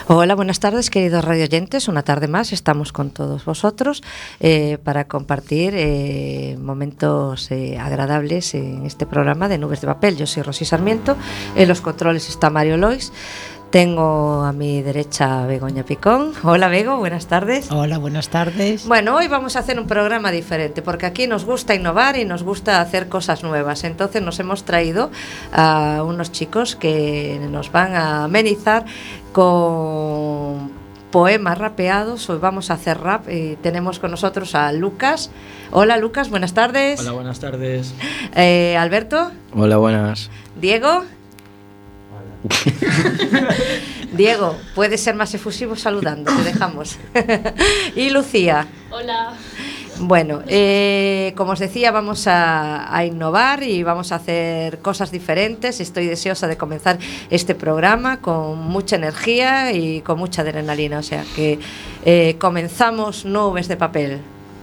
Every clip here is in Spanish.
Hola, buenas tardes, queridos radioyentes. Una tarde más estamos con todos vosotros para compartir momentos agradables en este programa de Nubes de Papel. Yo soy Rosy Sarmiento, en los controles está Mario Lois. Tengo a mi derecha a Begoña Picón. Hola, Bego, buenas tardes. Hola, buenas tardes. Bueno, hoy vamos a hacer un programa diferente porque aquí nos gusta innovar y nos gusta hacer cosas nuevas. Entonces nos hemos traído a unos chicos que nos van a amenizar con poemas rapeados. Hoy vamos a hacer rap y tenemos con nosotros a Lucas. Hola, Lucas, buenas tardes. Hola, buenas tardes. Alberto. Hola, buenas. Diego. Diego, puedes ser más efusivo saludando, te dejamos. Y Lucía. Hola. Bueno, como os decía, vamos a innovar y vamos a hacer cosas diferentes. Estoy deseosa de comenzar este programa con mucha energía y con mucha adrenalina. O sea que comenzamos Nubes de Papel.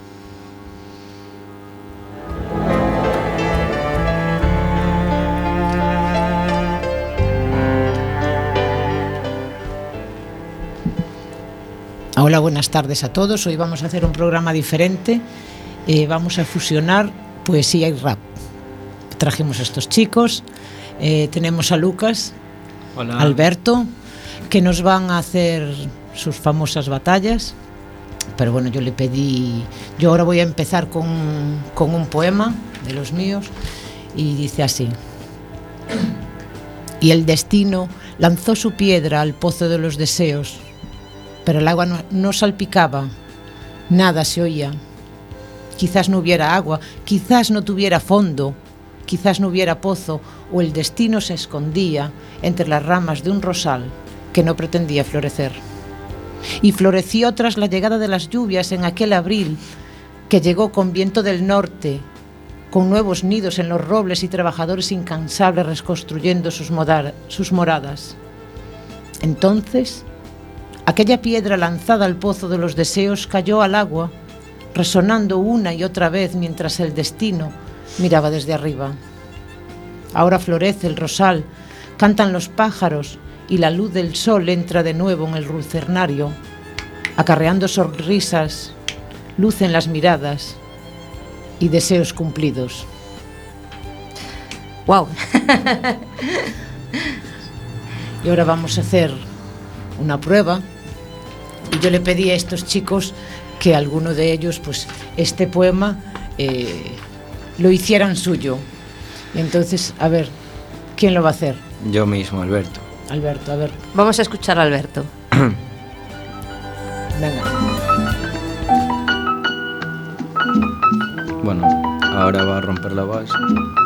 Hola, buenas tardes a todos. Hoy vamos a hacer un programa diferente. Vamos a fusionar poesía y rap. Trajimos a estos chicos. Tenemos a Lucas, Hola. Alberto, que nos van a hacer sus famosas batallas. Pero bueno, yo le pedí... Yo ahora voy a empezar con un poema de los míos. Y dice así: Y el destino lanzó su piedra al pozo de los deseos, pero el agua no salpicaba, nada se oía. Quizás no hubiera agua, quizás no tuviera fondo, quizás no hubiera pozo, o el destino se escondía entre las ramas de un rosal que no pretendía florecer. Y floreció tras la llegada de las lluvias en aquel abril que llegó con viento del norte, con nuevos nidos en los robles y trabajadores incansables reconstruyendo sus moradas. Entonces, aquella piedra lanzada al pozo de los deseos cayó al agua, resonando una y otra vez mientras el destino miraba desde arriba. Ahora florece el rosal, cantan los pájaros y la luz del sol entra de nuevo en el lucernario, acarreando sonrisas, luz en las miradas y deseos cumplidos. ¡Wow! Y ahora vamos a hacer una prueba. Y yo le pedí a estos chicos que alguno de ellos, pues, este poema lo hicieran suyo. Y entonces, a ver, ¿quién lo va a hacer? Yo mismo, Alberto. Alberto, a ver. Vamos a escuchar a Alberto. Venga. Bueno, ahora va a romper la base.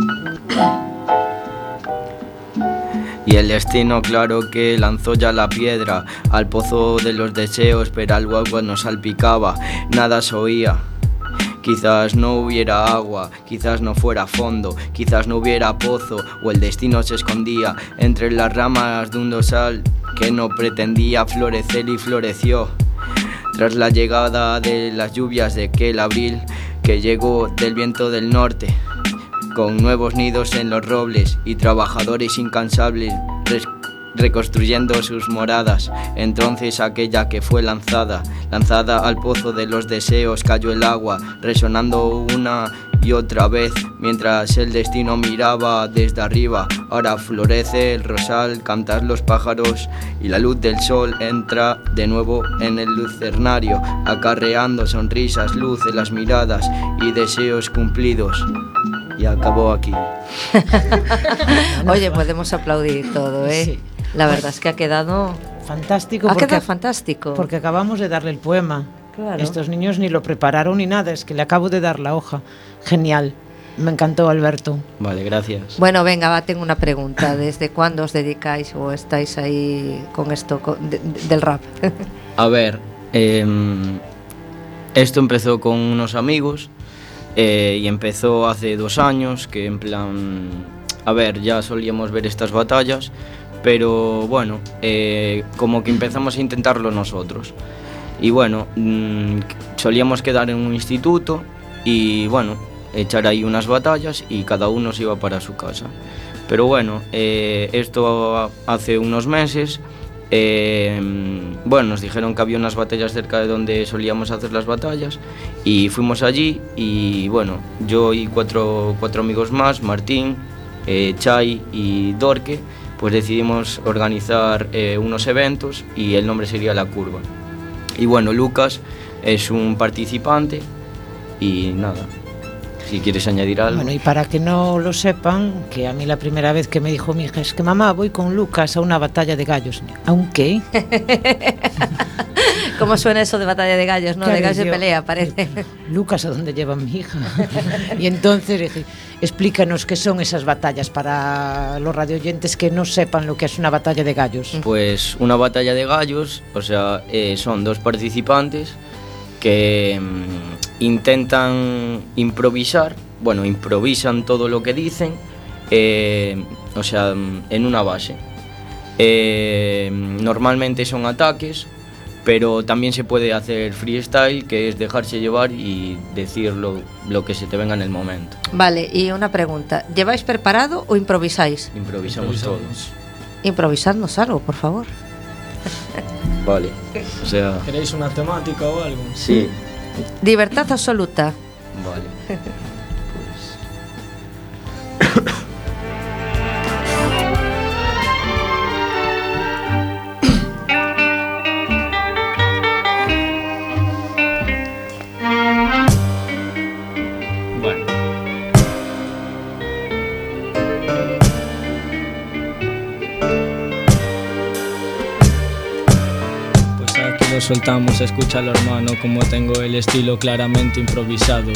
Y el destino, claro que lanzó ya la piedra al pozo de los deseos, pero el agua no salpicaba, nada se oía. Quizás no hubiera agua, quizás no fuera fondo, quizás no hubiera pozo, o el destino se escondía entre las ramas de un rosal que no pretendía florecer y floreció. Tras la llegada de las lluvias de aquel abril que llegó del viento del norte, con nuevos nidos en los robles y trabajadores incansables reconstruyendo sus moradas. Entonces aquella que fue lanzada al pozo de los deseos cayó el agua, resonando una y otra vez mientras el destino miraba desde arriba. Ahora florece el rosal, cantan los pájaros y la luz del sol entra de nuevo en el lucernario, acarreando sonrisas, luz en las miradas y deseos cumplidos. Y acabó aquí. Oye, podemos aplaudir todo, ¿eh? Sí. La verdad es que ha quedado Fantástico. Ha quedado fantástico. Porque acabamos de darle el poema. Claro. Estos niños ni lo prepararon ni nada, es que le acabo de dar la hoja. Genial. Me encantó, Alberto. Vale, gracias. Bueno, venga, tengo una pregunta. ¿Desde cuándo os dedicáis o estáis ahí con esto del rap? A ver, esto empezó con unos amigos y empezó hace 2 años, que en plan, a ver, ya solíamos ver estas batallas, pero bueno, como que empezamos a intentarlo nosotros. Y bueno, solíamos quedar en un instituto y bueno, echar ahí unas batallas y cada uno se iba para su casa. Pero bueno, esto hace unos meses Bueno, nos dijeron que había unas batallas cerca de donde solíamos hacer las batallas y fuimos allí y bueno, yo y cuatro amigos más, Martín, Chay y Dorque, pues decidimos organizar unos eventos y el nombre sería La Curva. Y bueno, Lucas es un participante y nada, si quieres añadir algo. Bueno, y para que no lo sepan, que a mí la primera vez que me dijo mi hija es que mamá, voy con Lucas a una batalla de gallos. ¿Aún qué? ¿Cómo suena eso de batalla de gallos, no? Claro, De gallos de pelea, parece. Lucas, ¿a dónde lleva mi hija? Y entonces dije, explícanos qué son esas batallas para los radioyentes que no sepan lo que es una batalla de gallos. Pues una batalla de gallos, o sea, son dos participantes que intentan improvisar, bueno, improvisan todo lo que dicen, o sea, en una base. Normalmente son ataques, pero también se puede hacer freestyle, que es dejarse llevar y decir lo que se te venga en el momento. Vale, y una pregunta, ¿lleváis preparado o improvisáis? Improvisamos todos. Improvisadnos algo, por favor. Vale, o sea... ¿Queréis una temática o algo? Sí. Libertad absoluta. Vale. Soltamos, escúchalo hermano, como tengo el estilo claramente improvisado.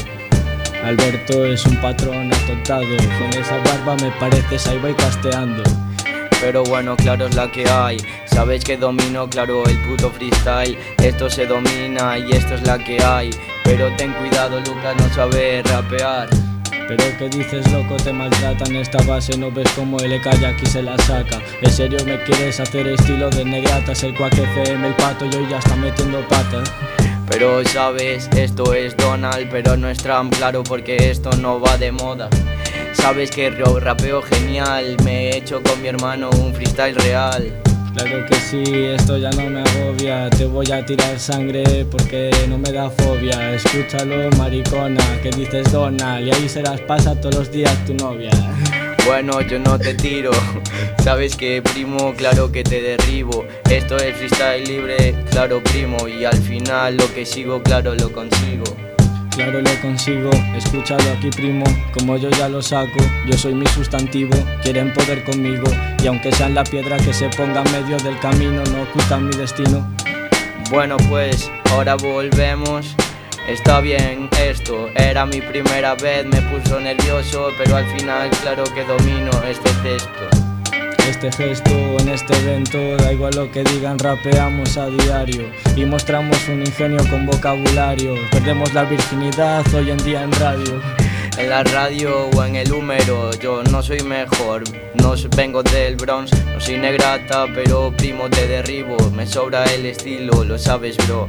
Alberto es un patrón atontado, con esa barba me pareces ahí voy casteando. Pero bueno, claro es la que hay, sabéis que domino, claro, el puto freestyle. Esto se domina y esto es la que hay, pero ten cuidado Lucas, no sabe rapear. Pero ¿qué dices loco? Te maltratan esta base, no ves cómo el calla aquí se la saca. ¿En serio me quieres hacer estilo de negratas? El Quack FM, el pato y hoy ya está metiendo patas. Pero sabes, esto es Donald, pero no es Trump, claro, porque esto no va de moda. Sabes que rapeo genial, me he hecho con mi hermano un freestyle real. Claro que sí, esto ya no me agobia, te voy a tirar sangre porque no me da fobia. Escúchalo maricona, que dices Donald y ahí se las pasa todos los días tu novia. Bueno, yo no te tiro, sabes que primo, claro que te derribo. Esto es freestyle libre, claro primo, y al final lo que sigo, claro lo consigo. Claro lo consigo, escúchalo aquí primo, como yo ya lo saco, yo soy mi sustantivo, quieren poder conmigo, y aunque sean la piedra que se ponga en medio del camino, no ocultan mi destino. Bueno pues, ahora volvemos, está bien esto, era mi primera vez, me puso nervioso, pero al final claro que domino este cesto. Este gesto en este evento, da igual lo que digan, rapeamos a diario y mostramos un ingenio con vocabulario. Perdemos la virginidad hoy en día en radio. En la radio o en el húmero, yo no soy mejor, no vengo del Bronx, no soy negrata, pero primo te derribo, me sobra el estilo, lo sabes bro.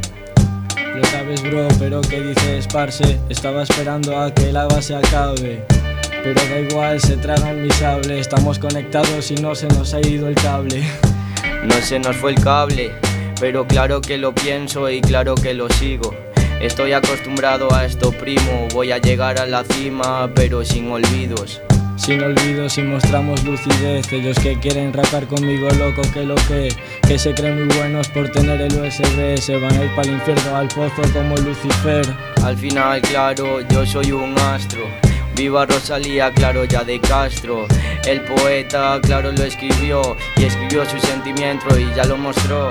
Lo sabes bro, pero ¿qué dices parce? Estaba esperando a que el agua se acabe. Pero da igual, se tragan mi sable, estamos conectados y no se nos ha ido el cable. No se nos fue el cable, pero claro que lo pienso y claro que lo sigo. Estoy acostumbrado a esto primo, voy a llegar a la cima, pero sin olvidos. Sin olvidos y mostramos lucidez, ellos que quieren rapar conmigo loco que se creen muy buenos por tener el USB, se van a ir para el infierno, al pozo como Lucifer. Al final claro, yo soy un astro. Viva Rosalía, claro, ya de Castro. El poeta, claro, lo escribió y escribió su sentimiento y ya lo mostró.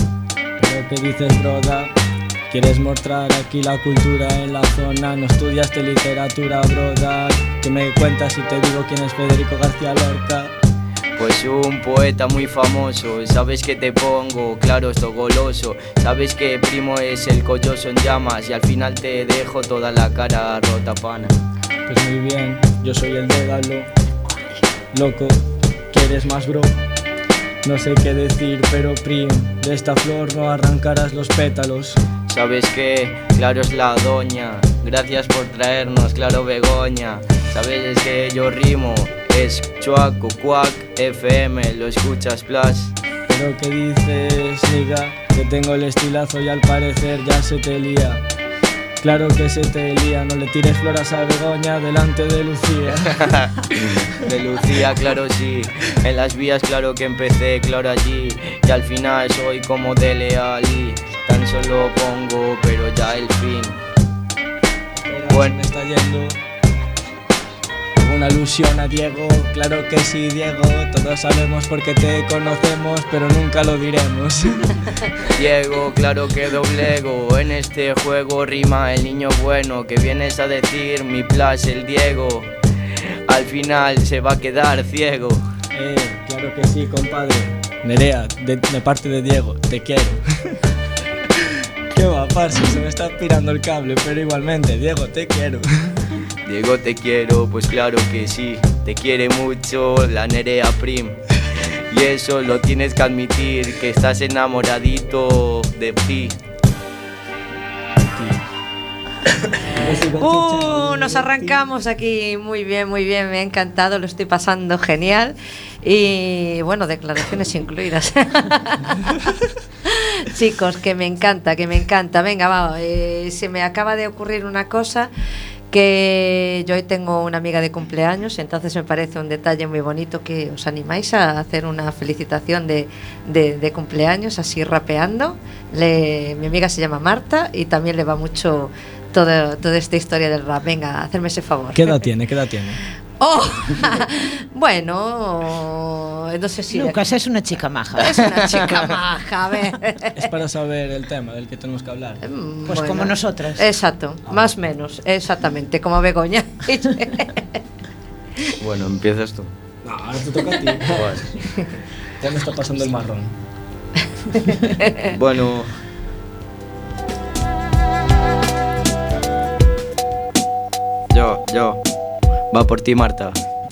Pero ¿qué dices, broda? ¿Quieres mostrar aquí la cultura en la zona? ¿No estudiaste literatura, broda? ¿Qué me cuentas si te digo quién es Federico García Lorca? Pues un poeta muy famoso, sabes que te pongo, claro, esto goloso. Sabes que primo es el colloso en llamas y al final te dejo toda la cara rota, pana. Pues muy bien, yo soy el Dégalo. Loco, ¿quieres más bro? No sé qué decir, pero prim, de esta flor no arrancarás los pétalos. Sabes que, claro es la doña, gracias por traernos, claro Begoña. Sabes que yo rimo, es Chuaco, Quack, FM, lo escuchas plus. Pero Claro que dices, niga, que tengo el estilazo y al parecer ya se te lía. Claro que se te lía, no le tires flores a Begoña delante de Lucía. De Lucía, claro sí. En las vías, claro que empecé, claro allí. Y al final soy como Dele Alli. Tan solo pongo, pero ya el fin. Bueno, me está yendo. Una alusión a Diego, claro que sí, Diego. Todos sabemos porque te conocemos, pero nunca lo diremos. Diego, claro que doblego. En este juego rima el niño bueno. Que vienes a decir mi plus el Diego. Al final se va a quedar ciego. Claro que sí, compadre. Nerea, de parte de Diego, te quiero. Qué va, parce, se me está pirando el cable, pero igualmente, Diego, te quiero. Diego, te quiero, pues claro que sí. Te quiere mucho la Nerea Prim. Y eso lo tienes que admitir, que estás enamoradito de ti. Nos arrancamos aquí muy bien, me ha encantado, lo estoy pasando genial. Y bueno, declaraciones incluidas. Chicos, que me encanta. Venga, va, se me acaba de ocurrir una cosa. Que yo hoy tengo una amiga de cumpleaños, entonces me parece un detalle muy bonito que os animáis a hacer una felicitación de cumpleaños, así rapeando. Mi amiga se llama Marta y también le va mucho toda esta historia del rap. Venga, hacerme ese favor. ¿Qué edad tiene? Oh, bueno, no sé si... Lucas es una chica maja. Es una chica maja, a ver. Es para saber el tema del que tenemos que hablar. Pues bueno, como nosotras. Exacto, más o menos, exactamente, como Begoña. Bueno, empiezas tú. No, ahora te toca a ti. Ya me está pasando el marrón. Bueno... Yo. Va por ti, Marta.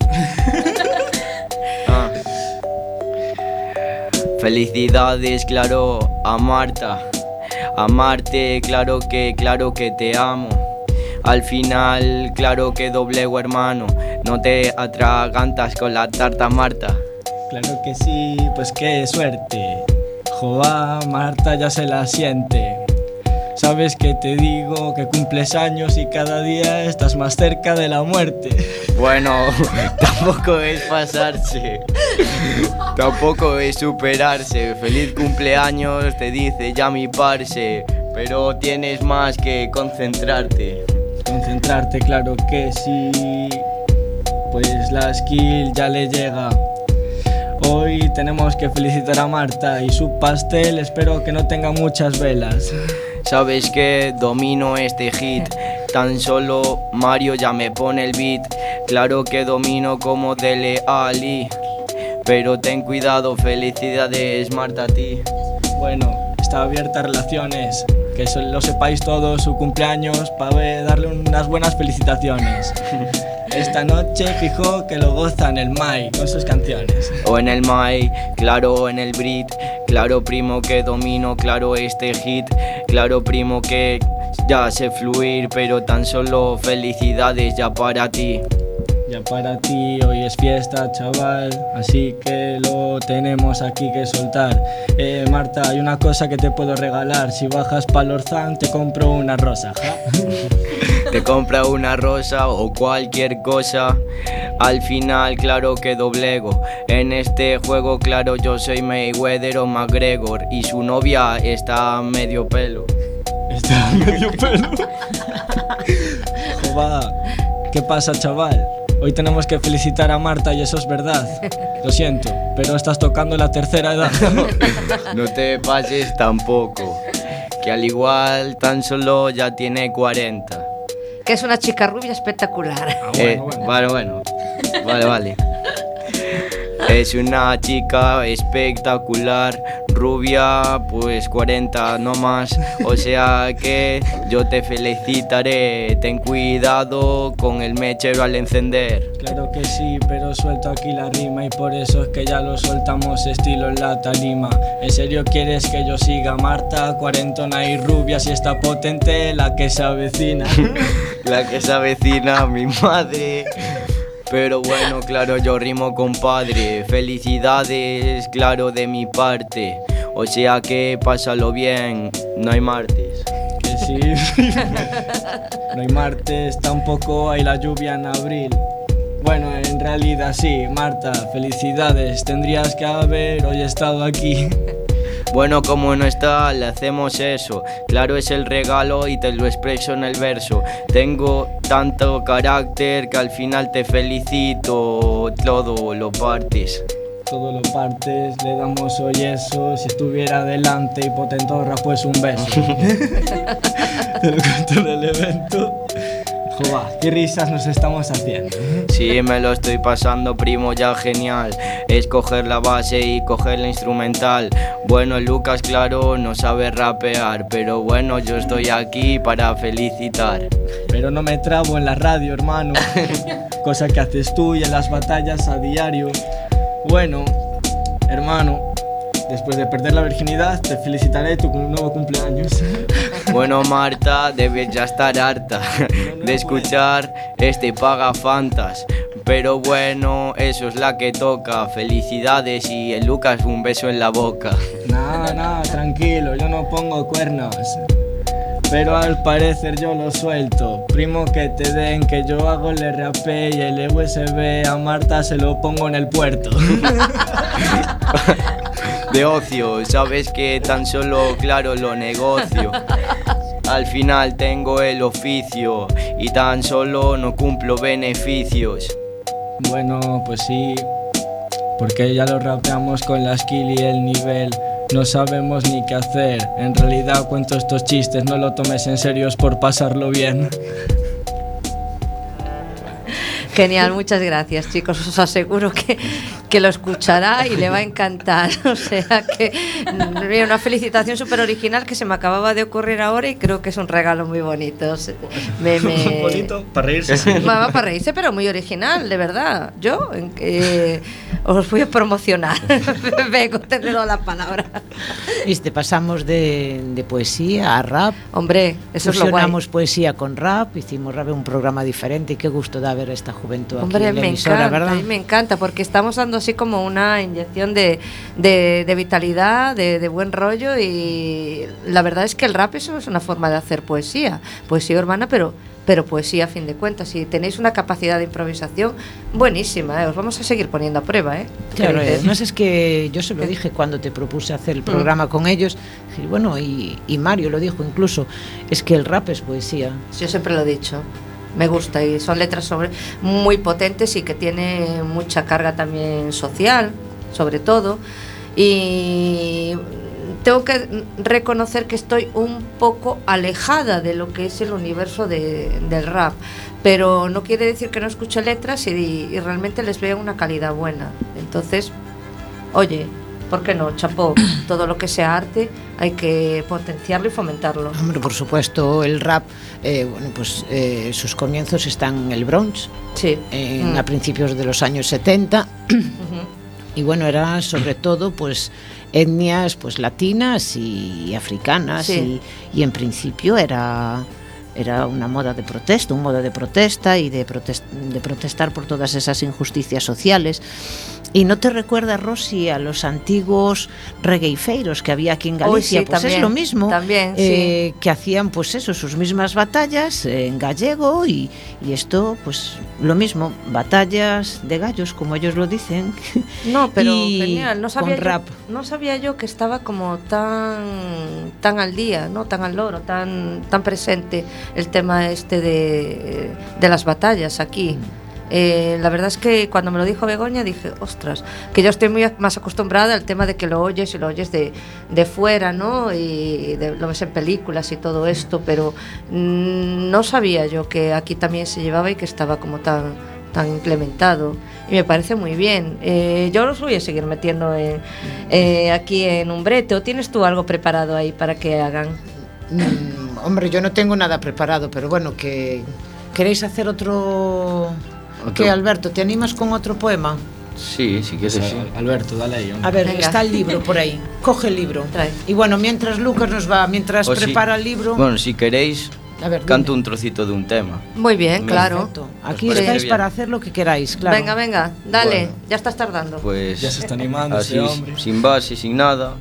Felicidades, claro, a Marta. Amarte, claro que te amo. Al final, claro que doblego, hermano. No te atragantas con la tarta, Marta. Claro que sí, pues qué suerte. Joa, Marta ya se la siente. Sabes que te digo que cumples años y cada día estás más cerca de la muerte. Bueno, tampoco es pasarse, tampoco es superarse. Feliz cumpleaños te dice ya mi parce, pero tienes más que concentrarte. Concentrarte, claro que sí, pues la skill ya le llega. Hoy tenemos que felicitar a Marta y su pastel espero que no tenga muchas velas. Sabes que domino este hit, tan solo Mario ya me pone el beat. Claro que domino como Dele Alli, pero ten cuidado, felicidades Marta a ti. Bueno, está abierta a relaciones, que lo sepáis todos, su cumpleaños, para darle unas buenas felicitaciones. Esta noche fijo que lo goza en el Mai con sus canciones. O en el Mai, claro, en el Brit. Claro, primo, que domino, claro, este hit. Claro, primo, que ya sé fluir, pero tan solo felicidades ya para ti. Ya para ti, hoy es fiesta, chaval, así que lo tenemos aquí que soltar. Marta, hay una cosa que te puedo regalar. Si bajas pa'l Orzán, te compro una rosa, ¿ja? Te compra una rosa o cualquier cosa. Al final, claro que doblego. En este juego, claro, yo soy Mayweather o McGregor. Y su novia está a medio pelo. ¿Está a medio pelo? Joder, ¿qué pasa, chaval? Hoy tenemos que felicitar a Marta y eso es verdad. Lo siento, pero estás tocando la tercera edad. No te pases tampoco, que al igual tan solo ya tiene 40. Que es una chica rubia espectacular. Bueno. Vale. Es una chica espectacular, rubia, pues 40 no más. O sea que yo te felicitaré. Ten cuidado con el mechero al encender. Claro que sí, pero suelto aquí la rima y por eso es que ya lo soltamos estilo en la tarima. ¿En serio quieres que yo siga, Marta? Cuarentona y rubia, si está potente la que se avecina. La que se avecina, mi madre. Pero bueno, claro, yo rimo, compadre. Felicidades, claro, de mi parte. O sea que pásalo bien, no hay martes. Que sí. No hay martes, tampoco hay la lluvia en abril. Bueno, en realidad sí, Marta, felicidades. Tendrías que haber hoy estado aquí. Bueno, como no está, le hacemos eso. Claro, es el regalo y te lo expreso en el verso. Tengo tanto carácter que al final te felicito. Todo lo partes. Todo lo partes, le damos hoy eso. Si estuviera delante y Potentorra, pues un beso. Te lo cuento en el evento. Joder, qué risas nos estamos haciendo. Sí, me lo estoy pasando, primo, ya genial. Es coger la base y coger la instrumental. Bueno, Lucas, claro, no sabe rapear, pero bueno, yo estoy aquí para felicitar. Pero no me trabo en la radio, hermano. Cosa que haces tú y en las batallas a diario. Bueno, hermano, después de perder la virginidad, te felicitaré tu nuevo cumpleaños. Bueno, Marta, debes ya estar harta de escuchar este paga fantas. Pero bueno, eso es la que toca. Felicidades y el Lucas un beso en la boca. No, tranquilo, yo no pongo cuernos. Pero al parecer yo lo suelto. Primo, que te den, que yo hago el RAP y el USB a Marta se lo pongo en el puerto. De ocio, sabes que tan solo, claro, lo negocio. Al final tengo el oficio y tan solo no cumplo beneficios. Bueno, pues sí, porque ya lo rapeamos con la skill y el nivel. No sabemos ni qué hacer. En realidad cuento estos chistes, no lo tomes en serio, es por pasarlo bien. Genial, muchas gracias, chicos. Os aseguro que lo escuchará y le va a encantar. O sea que una felicitación súper original que se me acababa de ocurrir ahora y creo que es un regalo muy bonito. Bonito, para reírse. Va para reírse, pero muy original, de verdad. Yo os voy a promocionar. Vengo, te doy la palabra. Viste, pasamos de poesía a rap. Hombre, eso es lo guay. Fusionamos poesía con rap, hicimos rap, un programa diferente y qué gusto da ver esta juventud. Hombre, aquí en la emisora, ¿verdad? A mí me encanta porque estamos dando así como una inyección de vitalidad, de buen rollo, y la verdad es que el rap eso es una forma de hacer poesía urbana, pero poesía a fin de cuentas, y tenéis una capacidad de improvisación buenísima, os vamos a seguir poniendo a prueba, Claro, además es que yo se lo dije cuando te propuse hacer el programa con ellos, y bueno, y Mario lo dijo incluso, es que el rap es poesía. Yo siempre lo he dicho. Me gusta, y son letras muy potentes y que tiene mucha carga también social, sobre todo. Y tengo que reconocer que estoy un poco alejada de lo que es el universo del rap, pero no quiere decir que no escuche letras y realmente les veo una calidad buena. Entonces, oye, ¿por qué no? Chapó, todo lo que sea arte hay que potenciarlo y fomentarlo. Hombre, por supuesto, el rap, sus comienzos están en el Bronx, sí. A principios de los años 70, y bueno, era sobre todo pues etnias pues latinas y africanas, sí. y en principio era una moda de protesta, un modo de protesta y de protestar por todas esas injusticias sociales. ¿Y no te recuerdas, Rosy, a los antiguos regueifeiros que había aquí en Galicia? Sí, pues también, es lo mismo, también, sí. Que hacían pues eso, sus mismas batallas en gallego y esto pues lo mismo, batallas de gallos, como ellos lo dicen. No, pero genial, no sabía yo que estaba como tan al día, ¿no? Tan al loro, tan presente el tema de las batallas aquí. La verdad es que cuando me lo dijo Begoña dije, ostras, que yo estoy muy más acostumbrada al tema de que lo oyes de fuera, ¿no? Y lo ves en películas y todo esto, pero no sabía yo que aquí también se llevaba y que estaba como tan implementado, y me parece muy bien. Yo los voy a seguir metiendo aquí en un brete. ¿O tienes tú algo preparado ahí para que hagan? Hombre, yo no tengo nada preparado, pero bueno, que ¿queréis hacer otro? ¿Qué, Alberto? ¿Te animas con otro poema? Sí, si quieres, sí. Alberto, dale ahí. A ver, venga. Está el libro por ahí. Coge el libro. Trae. Y bueno, mientras Lucas prepara el libro... Bueno, si queréis, A ver, canto un trocito de un tema. Muy bien, claro. Perfecto. Aquí Pues estáis bien. para hacer lo que queráis, claro. Venga, venga, dale, Bueno. ya estás tardando. Pues Ya se está animando así, ese hombre. sin base, sin nada.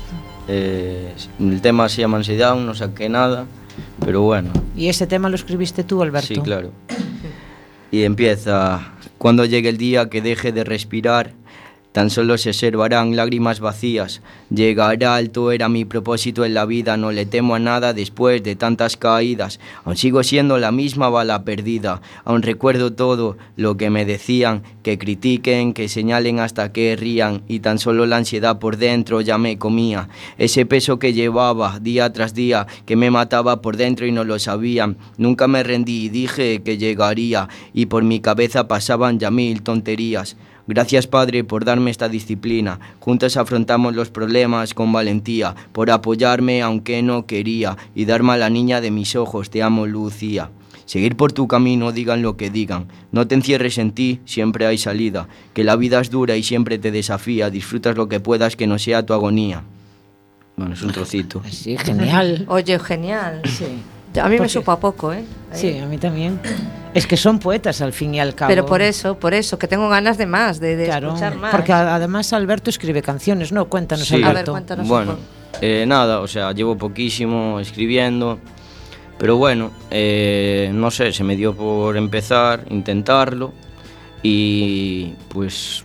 El tema se llama Ansiedad, no saqué nada, pero bueno. ¿Y ese tema lo escribiste tú, Alberto? Sí, claro. Y empieza: cuando llegue el día que deje de respirar, tan solo se observarán lágrimas vacías. Llegar alto era mi propósito en la vida, no le temo a nada después de tantas caídas. Aún sigo siendo la misma bala perdida, aún recuerdo todo lo que me decían, que critiquen, que señalen hasta que rían, y tan solo la ansiedad por dentro ya me comía. Ese peso que llevaba día tras día, que me mataba por dentro y no lo sabían. Nunca me rendí y dije que llegaría, y por mi cabeza pasaban ya 1000 tonterías. Gracias, Padre, por darme esta disciplina. Juntos afrontamos los problemas con valentía, por apoyarme aunque no quería, y darme a la niña de mis ojos, te amo, Lucía. Seguir por tu camino, digan lo que digan. No te encierres en ti, siempre hay salida. Que la vida es dura y siempre te desafía. Disfrutas lo que puedas, que no sea tu agonía. Bueno, es un trocito. Sí, genial. Oye, genial. Sí. A mí me Porque- supo a poco, ¿eh? Sí, a mí también. Es que son poetas al fin y al cabo. Pero por eso, que tengo ganas de más, de Claro, escuchar más. porque además Alberto escribe canciones, ¿no? Cuéntanos, Sí. A ver, Alberto. cuéntanos Bueno, un poco. nada, o sea, llevo poquísimo escribiendo, pero bueno, no sé, se me dio por empezar, intentarlo, y pues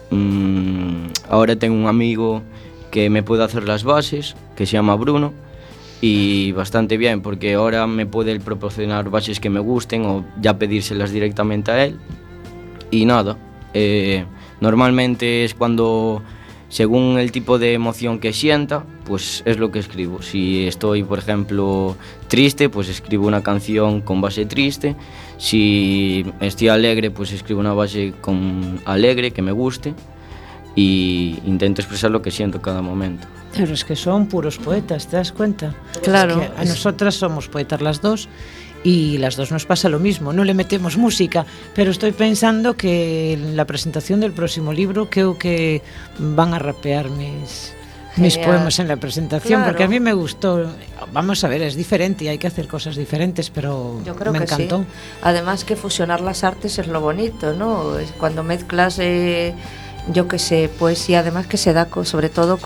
ahora tengo un amigo que me puede hacer las bases, que se llama Bruno, y bastante bien, porque ahora me puede él proporcionar bases que me gusten o ya pedírselas directamente a él. Y nada, normalmente es cuando, según el tipo de emoción que sienta, pues es lo que escribo. Si estoy, por ejemplo, triste, pues escribo una canción con base triste. Si estoy alegre, pues escribo una base con alegre, que me guste. Y intento expresar lo que siento cada momento. Pero es que son puros poetas, ¿te das cuenta? Claro. Es que a nosotras somos poetas las dos y las dos nos pasa lo mismo, no le metemos música, pero estoy pensando que en la presentación del próximo libro creo que van a rapear mis Genial. poemas en la presentación, Claro. porque a mí me gustó. Vamos a ver, es diferente y hay que hacer cosas diferentes, pero Yo creo me que encantó. sí. Además que fusionar las artes es lo bonito, ¿no? Es cuando mezclas, yo qué sé, poesía, además que se da sobre todo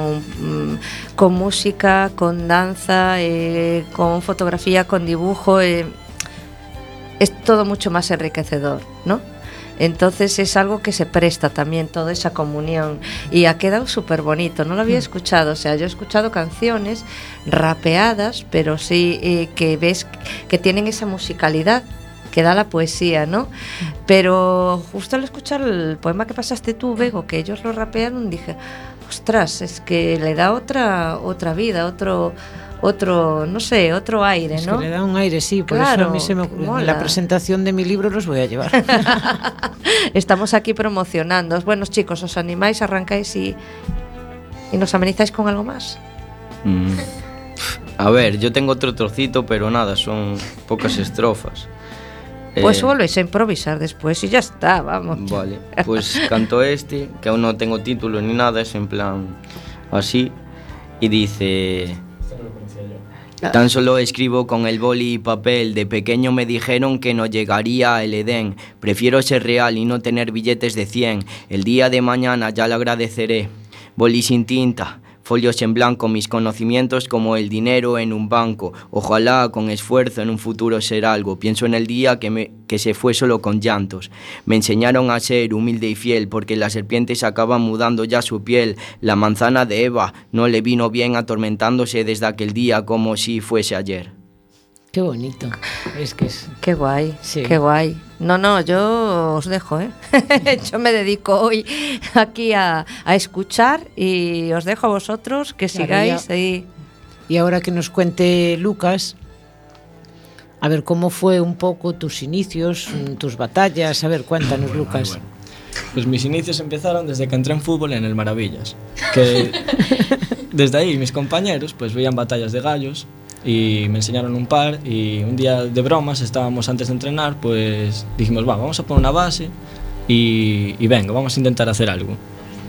con música, con danza, con fotografía, con dibujo, es todo mucho más enriquecedor, ¿no? Entonces es algo que se presta también, toda esa comunión, y ha quedado súper bonito, no lo había escuchado, o sea, yo he escuchado canciones rapeadas, pero sí que ves que tienen esa musicalidad que da la poesía, ¿no? Pero justo al escuchar el poema que pasaste tú, Bego, que ellos lo rapearon, dije, ostras, es que le da otra vida, otro, no sé, otro aire, Es ¿no? que le da un aire, sí, por Claro, eso a mí se me mola. en la presentación de mi libro los voy a llevar. Estamos aquí promocionando. Bueno, chicos, ¿os animáis, arrancáis y nos amenizáis con algo más? A ver, yo tengo otro trocito, pero nada, son pocas estrofas. Pues volvéis a improvisar después y ya está, vamos. Vale, pues canto este, que aún no tengo título ni nada, es en plan así, y dice: tan solo escribo con el boli y papel, de pequeño me dijeron que no llegaría al Edén, prefiero ser real y no tener billetes de 100, el día de mañana ya lo agradeceré, boli sin tinta, folios en blanco, mis conocimientos como el dinero en un banco. Ojalá con esfuerzo en un futuro ser algo. Pienso en el día que se fue solo con llantos. Me enseñaron a ser humilde y fiel, porque las serpientes acaban mudando ya su piel. La manzana de Eva no le vino bien, atormentándose desde aquel día como si fuese ayer. Qué bonito. Es que es... Qué guay, Sí. qué guay. No, yo os dejo, ¿eh? Yo me dedico hoy aquí a escuchar y os dejo a vosotros que Claro, sigáis ya. ahí. Y ahora que nos cuente Lucas, a ver cómo fue un poco tus inicios, tus batallas. A ver, cuéntanos, Lucas. Bueno, pues mis inicios empezaron desde que entré en fútbol en el Maravillas, que desde ahí mis compañeros pues veían batallas de gallos y me enseñaron un par, y un día de bromas estábamos antes de entrenar, pues dijimos, vamos a poner una base y venga, vamos a intentar hacer algo.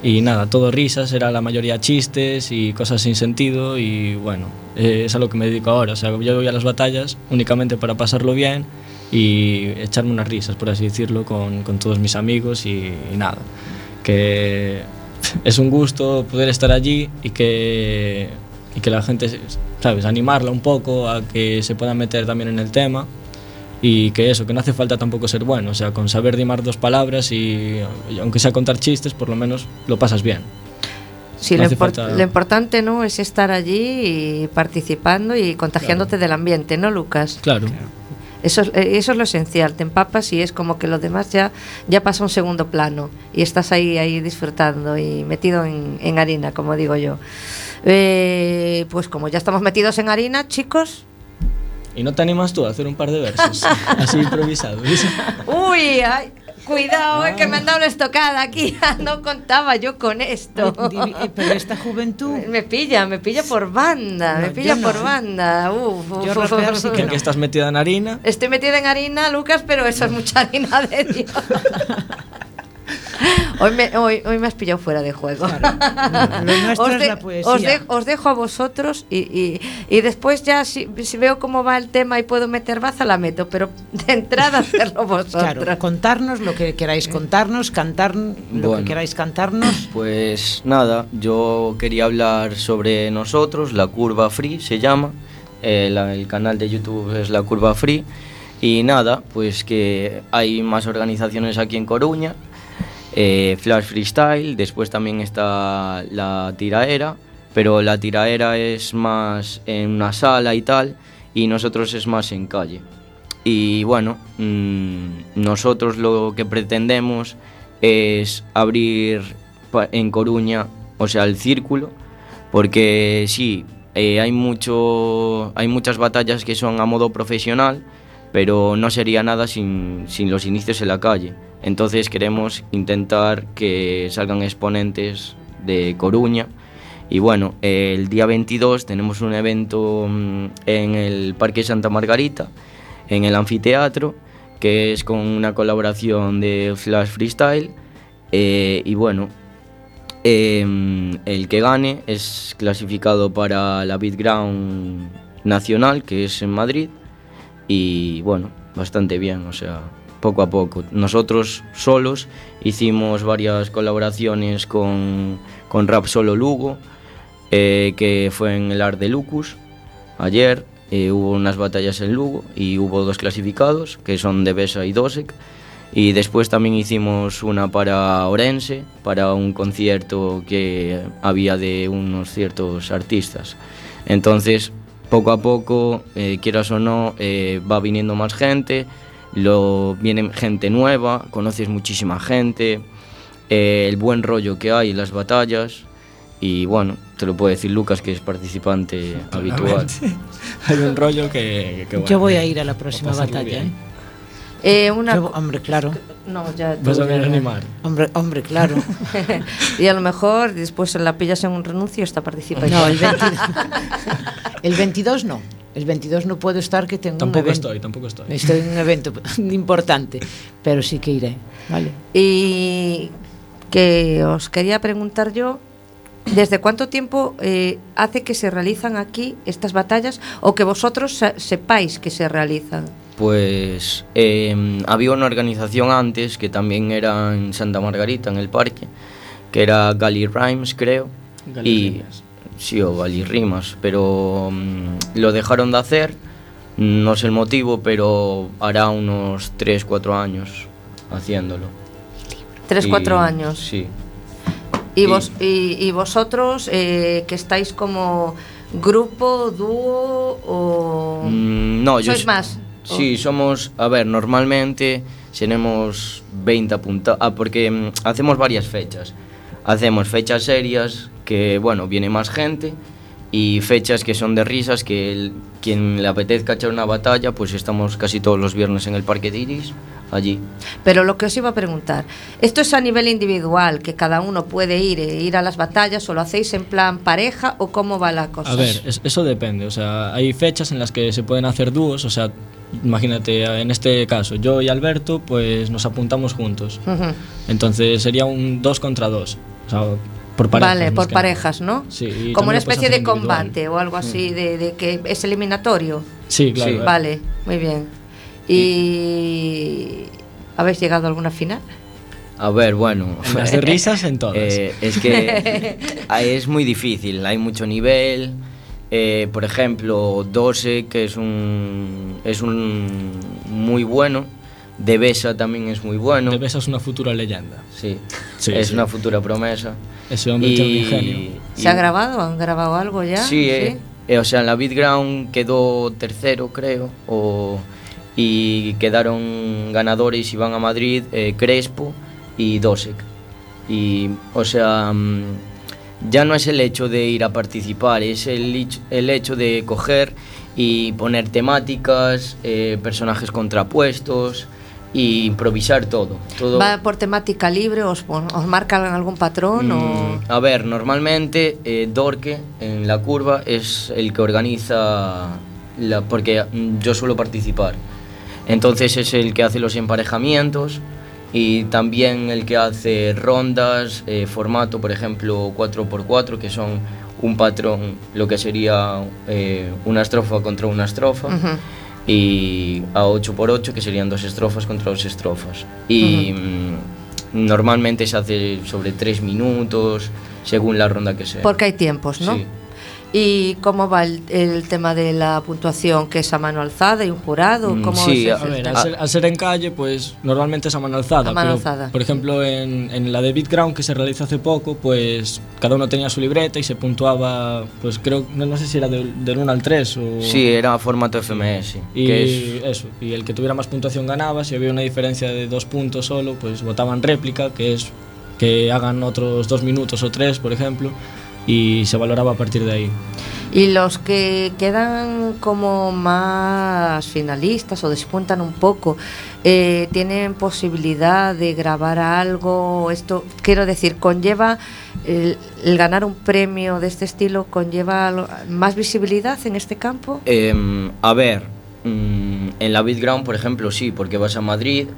Y nada, todo risas, era la mayoría chistes y cosas sin sentido y bueno, es a lo que me dedico ahora. O sea, yo voy a las batallas únicamente para pasarlo bien y echarme unas risas, por así decirlo, con todos mis amigos y nada. Que es un gusto poder estar allí y que la gente, ¿sabes?, animarla un poco a que se pueda meter también en el tema. Y que eso, que no hace falta tampoco ser bueno, o sea, con saber rimar dos palabras y aunque sea contar chistes, por lo menos lo pasas bien. Sí, no lo importante, ¿no?, es estar allí y participando y contagiándote del ambiente, ¿no, Lucas? Claro. Eso es lo esencial, te empapas y es como que lo demás ya pasa a un segundo plano y estás ahí disfrutando y metido en harina, como digo yo. Pues como ya estamos metidos en harina, chicos... ¿Y no te animas tú a hacer un par de versos así improvisados? Uy, ay, cuidado, que me han dado una estocada aquí. No contaba yo con esto. Pero esta juventud me pilla por banda, por banda. Yo rapear sí que no. ¿Que estás metida en harina? Estoy metida en harina, Lucas, pero eso es mucha harina de Dios. Hoy me has pillado fuera de juego. Claro. Lo nuestro es la poesía. Os dejo a vosotros y después ya si veo cómo va el tema y puedo meter baza, la meto, pero de entrada hacerlo vosotros. Claro, contarnos lo que queráis contarnos, cantar lo que queráis cantarnos. Pues nada, yo quería hablar sobre nosotros, La Curva Free se llama, el canal de YouTube es La Curva Free, y nada, pues que hay más organizaciones aquí en Coruña. Flash Freestyle, después también está la tiraera, pero la tiraera es más en una sala y tal, y nosotros es más en calle. Y bueno, nosotros lo que pretendemos es abrir en Coruña, o sea, el círculo, porque sí, hay muchas batallas que son a modo profesional, pero no sería nada sin los inicios en la calle. Entonces queremos intentar que salgan exponentes de Coruña. Y bueno, el día 22 tenemos un evento en el Parque Santa Margarita, en el anfiteatro, que es con una colaboración de Flash Freestyle. Y bueno, el que gane es clasificado para la Beatground Nacional, que es en Madrid. Y bueno, bastante bien, o sea, poco a poco. Nosotros solos hicimos varias colaboraciones con Rap Solo Lugo, que fue en el Art de Lucus ayer. Hubo unas batallas en Lugo y hubo 2 clasificados, que son Devesa y Dosek. Y después también hicimos una para Orense, para un concierto que había de unos ciertos artistas. Entonces, poco a poco, quieras o no, va viniendo más gente, viene gente nueva, conoces muchísima gente, el buen rollo que hay en las batallas. Y bueno, te lo puede decir Lucas, que es participante habitual. Hay un rollo que bueno. Yo voy a ir a la próxima batalla. Hombre, claro. No, ya vas a venir a animar. Hombre, claro. Y a lo mejor después la pillas en un renuncio esta participa. No, el 22 no. El 22 no puedo estar, que tengo tampoco un evento. Tampoco estoy. Estoy en un evento importante, pero sí que iré, ¿vale? Y que os quería preguntar yo, ¿desde cuánto tiempo hace que se realizan aquí estas batallas o que vosotros sepáis que se realizan? Pues había una organización antes que también era en Santa Margarita, en el parque, que era Gali Rhymes, creo. Sí, o Gali Rimas, pero lo dejaron de hacer, no sé el motivo, pero hará unos 3-4 años haciéndolo. 3-4 años. Sí. ¿Y vosotros que estáis como grupo, dúo o no, sois más? Sí, somos, a ver, normalmente tenemos 20 apuntados, porque hacemos varias fechas. Hacemos fechas serias, que bueno, viene más gente, y fechas que son de risas, que quien le apetezca echar una batalla, pues estamos casi todos los viernes en el Parque de Iris, allí. Pero lo que os iba a preguntar, ¿esto es a nivel individual, que cada uno puede ir a las batallas, o lo hacéis en plan pareja, o cómo va la cosa? A ver, eso depende, o sea, hay fechas en las que se pueden hacer dúos, o sea, imagínate, en este caso, yo y Alberto, pues nos apuntamos juntos. Entonces sería un 2 contra 2. O sea, por parejas. Vale, más por que parejas, ¿no? Sí, y como una también lo puedes especie hacer de individual. combate o algo así, de que es eliminatorio. Sí, claro. Sí. Vale, muy bien. ¿Y habéis llegado a alguna final? A ver, bueno. En las de risas, en todas. Es que es muy difícil, hay mucho nivel. Por ejemplo, Dose, que es un muy bueno. Devesa también es muy bueno. Devesa es una futura leyenda. Sí, Sí, es sí. una futura promesa. Ese hombre tiene un ingenio. ¿Se ha grabado? ¿Han grabado algo ya? Sí, o sea, en la Beatground quedó tercero, creo, y quedaron ganadores y van a Madrid Crespo y Dosek. Y, o sea, ya no es el hecho de ir a participar, es el hecho de coger y poner temáticas, personajes contrapuestos y improvisar todo. ¿Va por temática libre? ¿Os marcan algún patrón? O... A ver, normalmente Dorque en la curva es el que organiza, porque yo suelo participar. Entonces es el que hace los emparejamientos y también el que hace rondas, formato, por ejemplo, 4x4, que son un patrón, lo que sería una estrofa contra una estrofa. Uh-huh. Y a 8x8, que serían 2 estrofas contra 2 estrofas. Y normalmente se hace sobre 3 minutos, según la ronda que sea. Porque hay tiempos, ¿no? Sí. ¿Y cómo va el tema de la puntuación? ¿Que es a mano alzada y un jurado? ¿Cómo sí, es A ver, el tema? al ser en calle, pues normalmente es a mano alzada. A mano pero, alzada. por ejemplo, en la de Beatground que se realizó hace poco, pues cada uno tenía su libreta y se puntuaba, pues creo, no sé si era del 1 al 3 o... Sí, era formato FMS. Y que es, eso, y el que tuviera más puntuación ganaba. Si había una diferencia de 2 puntos solo, pues votaban réplica, que es que hagan otros 2 minutos o 3, por ejemplo, y se valoraba a partir de ahí. Y los que quedan como más finalistas o despuntan un poco, ¿tienen posibilidad de grabar algo? Esto, quiero decir, conlleva el ganar un premio de este estilo, conlleva más visibilidad en este campo. a ver, en la Beatground, por ejemplo, sí, porque vas a Madrid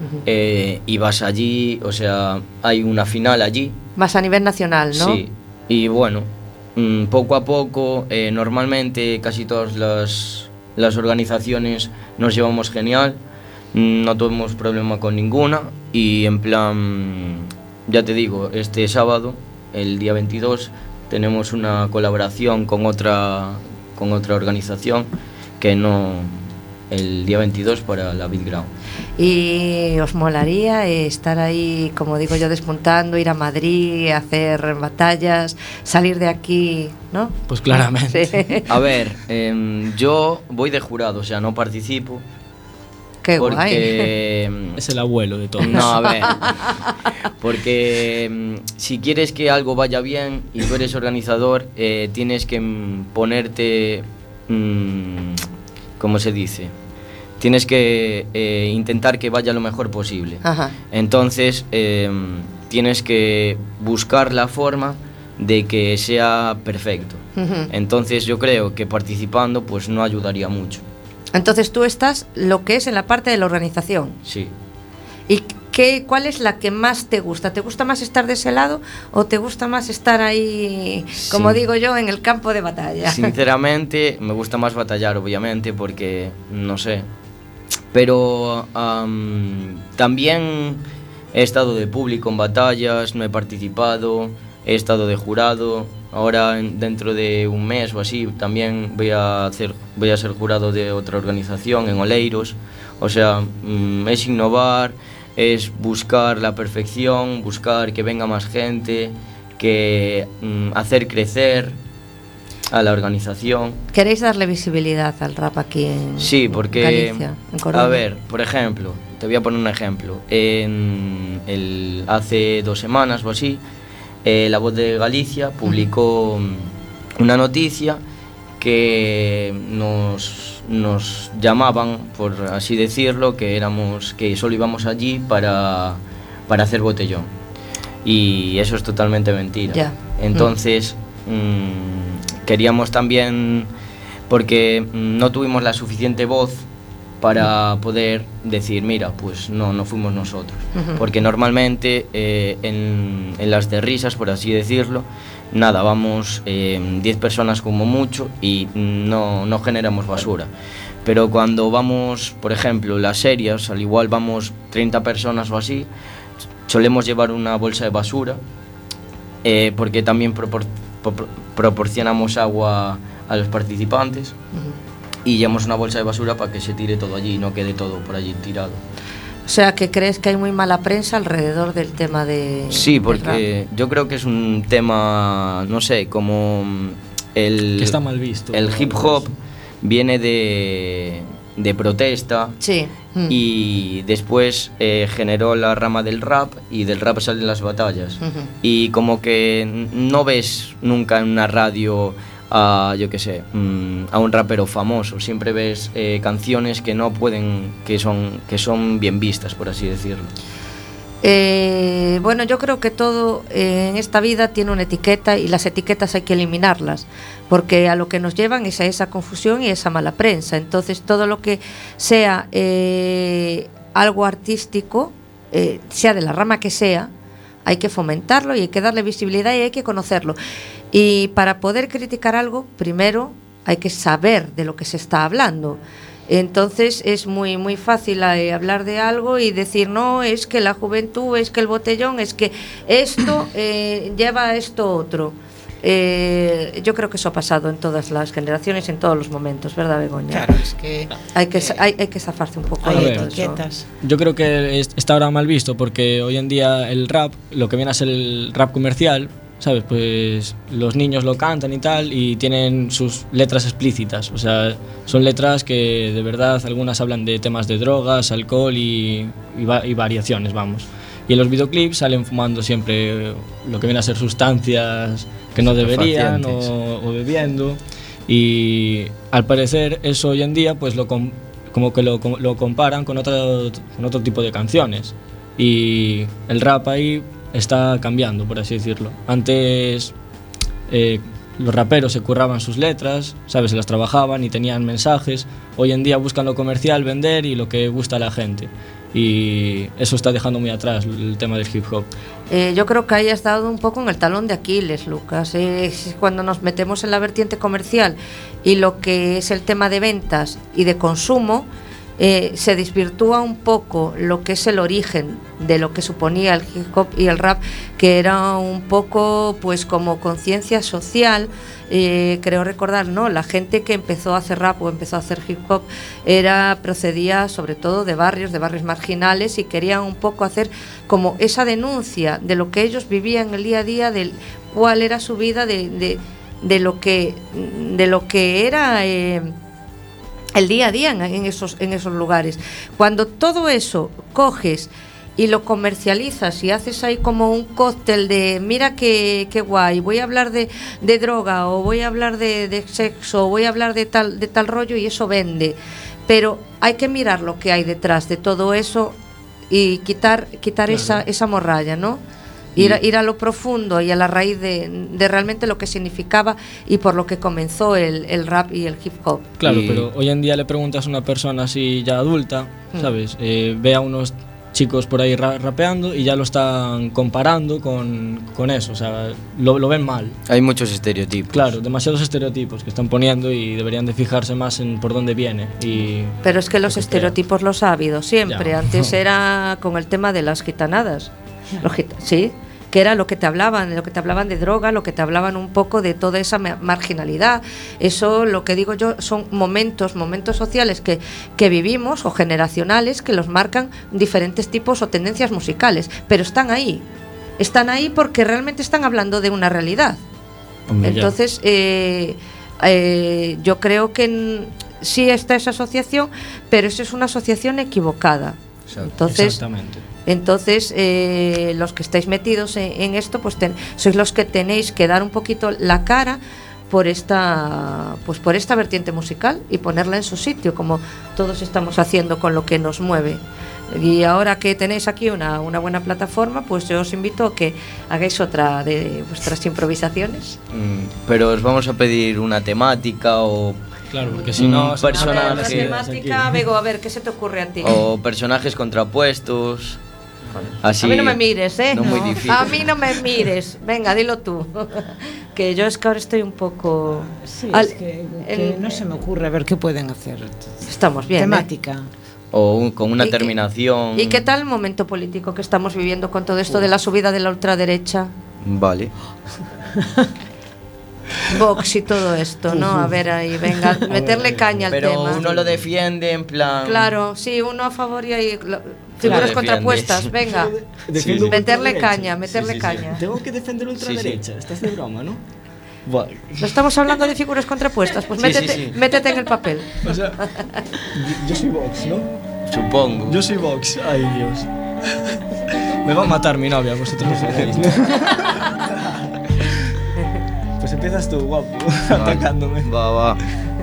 y vas allí, o sea, hay una final allí. Más a nivel nacional, ¿no? Sí, y bueno, poco a poco, normalmente casi todas las organizaciones nos llevamos genial, no tuvimos problema con ninguna y en plan, ya te digo, este sábado, el día 22, tenemos una colaboración con otra organización que no, el día 22 para la Beatground. ¿Y os molaría estar ahí, como digo yo, despuntando, ir a Madrid, hacer batallas, salir de aquí, ¿no? Pues claramente. Sí. A ver, yo voy de jurado, o sea, no participo. Qué guay. Porque Es el abuelo de todos. no, a ver, porque si quieres que algo vaya bien y tú eres organizador, tienes que ponerte, ¿cómo se dice? Tienes que intentar que vaya lo mejor posible. Ajá. Entonces, tienes que buscar la forma de que sea perfecto. Ujú. Entonces, yo creo que participando pues no ayudaría mucho. Entonces tú estás lo que es en la parte de la organización. Sí. ¿Y cuál es la que más te gusta? ¿Te gusta más estar de ese lado o te gusta más estar ahí, como Sí. digo yo, en el campo de batalla? Sinceramente, me gusta más batallar, obviamente, porque, no sé. Pero también he estado de público en batallas, no he participado, he estado de jurado. Ahora, dentro de un mes o así, también voy a ser jurado de otra organización en Oleiros. O sea, es innovar, es buscar la perfección, buscar que venga más gente, que hacer crecer a la organización. ¿Queréis darle visibilidad al rap aquí en Sí, porque, Galicia, en Coruña? a ver, por ejemplo, te voy a poner un ejemplo. Hace 2 semanas o así, La Voz de Galicia publicó una noticia que nos llamaban, por así decirlo, que solo íbamos allí para hacer botellón. Y eso es totalmente mentira. Ya. Entonces, queríamos también, porque no tuvimos la suficiente voz para poder decir, mira, pues no fuimos nosotros. Porque normalmente en las de risas, por así decirlo, nada, vamos 10 personas como mucho y no generamos basura. Pero cuando vamos, por ejemplo, las serias, al igual vamos 30 personas o así, solemos llevar una bolsa de basura, porque también proporcionamos agua a los participantes. Y llevamos una bolsa de basura para que se tire todo allí y no quede todo por allí tirado. O sea, que crees que hay muy mala prensa alrededor del tema de... Sí, porque yo creo que es un tema, no sé, como que está mal visto. El hip hop viene de protesta. Sí. Y después generó la rama del rap, y del rap salen las batallas. Y como que no ves nunca en una radio yo qué sé, a un rapero famoso. Siempre ves canciones que no pueden, que son bien vistas, por así decirlo. Bueno, yo creo que todo en esta vida tiene una etiqueta, y las etiquetas hay que eliminarlas, porque a lo que nos llevan es a esa confusión y esa mala prensa. Entonces, todo lo que sea algo artístico, sea de la rama que sea, hay que fomentarlo y hay que darle visibilidad y hay que conocerlo. Y para poder criticar algo, primero hay que saber de lo que se está hablando. Entonces es muy muy fácil hablar de algo y decir, no, es que la juventud, es que el botellón, es que esto lleva a esto otro. Yo creo que eso ha pasado en todas las generaciones, en todos los momentos, ¿verdad, Begoña? Claro, es que hay que zafarse un poco hay de todo etiquetas. eso. Yo creo que está ahora mal visto, porque hoy en día el rap, lo que viene a ser el rap comercial, ¿sabes? Pues los niños lo cantan y tal, y tienen sus letras explícitas. O sea, son letras que de verdad algunas hablan de temas de drogas, alcohol y variaciones, vamos. Y en los videoclips salen fumando siempre lo que viene a ser sustancias que no deberían, o bebiendo. Y al parecer eso hoy en día pues como que lo comparan con otro tipo de canciones. Y el rap ahí está cambiando, por así decirlo. Antes los raperos se curraban sus letras, ¿sabes? Se las trabajaban y tenían mensajes. Hoy en día buscan lo comercial, vender y lo que gusta a la gente. Y eso está dejando muy atrás el tema del hip hop. Yo creo que ahí has dado un poco en el talón de Aquiles, Lucas. Cuando nos metemos en la vertiente comercial y lo que es el tema de ventas y de consumo, se desvirtúa un poco lo que es el origen de lo que suponía el hip hop y el rap, que era un poco pues como conciencia social. Creo recordar, ¿no? La gente que empezó a hacer rap o empezó a hacer hip hop procedía sobre todo de barrios marginales, y querían un poco hacer como esa denuncia de lo que ellos vivían el día a día, de cuál era su vida, de lo que era el día a día en esos lugares. Cuando todo eso coges y lo comercializas y haces ahí como un cóctel de mira qué guay, voy a hablar de droga, o voy a hablar de sexo, o voy a hablar de tal rollo, y eso vende. Pero hay que mirar lo que hay detrás de todo eso y quitar claro, esa morralla, ¿no? Ir a lo profundo y a la raíz de realmente lo que significaba y por lo que comenzó el rap y el hip hop. Claro, pero hoy en día le preguntas a una persona así ya adulta, ¿sabes? Ve a unos chicos por ahí rapeando y ya lo están comparando con eso, o sea, lo ven mal. Hay muchos estereotipos. Claro, demasiados estereotipos que están poniendo, y deberían de fijarse más en por dónde viene. Pero es que los estereotipos los ha habido siempre. Ya. Antes era con el tema de las gitanadas. Sí, que era lo que te hablaban de droga, lo que te hablaban un poco de toda esa marginalidad. Eso, lo que digo yo, son momentos sociales que vivimos, o generacionales, que los marcan diferentes tipos o tendencias musicales, pero están ahí porque realmente están hablando de una realidad. Hombre, entonces yo creo que sí está esa asociación, pero eso es una asociación equivocada. Entonces los que estáis metidos en esto, pues sois los que tenéis que dar un poquito la cara por esta vertiente musical y ponerla en su sitio, como todos estamos haciendo con lo que nos mueve. Y ahora que tenéis aquí una buena plataforma, pues yo os invito a que hagáis otra de vuestras improvisaciones. Pero os vamos a pedir una temática, o Claro, porque si no... personaje. A ver, la temática, Bego, a ver, ¿qué se te ocurre a ti? O personajes contrapuestos. Así. A mí no me mires, ¿eh? No muy difícil. A mí no me mires. Venga, dilo tú. Que yo es que ahora estoy un poco... Sí, es que no se me ocurre a ver qué pueden hacer. Estamos bien. Temática. O con una terminación. ¿Y qué tal el momento político que estamos viviendo con todo esto de la subida de la ultraderecha? Vale. Vox y todo esto, ¿no? A ver ahí, venga, meterle caña al Pero tema. Pero uno lo defiende en plan... Claro, sí, uno a favor y ahí... Figuras contrapuestas, venga. Defiendo meterle ultraderecha. caña, meterle caña. Tengo que defender ultraderecha. Estás de broma, ¿no? Bueno. No estamos hablando de figuras contrapuestas, pues Sí, métete en el papel. O sea, yo soy Vox, ¿no? Supongo. Yo soy Vox. Ay, Dios. Me va a matar mi novia, vosotros no sabéis. Pues empiezas tú, guapo, atacándome. Va.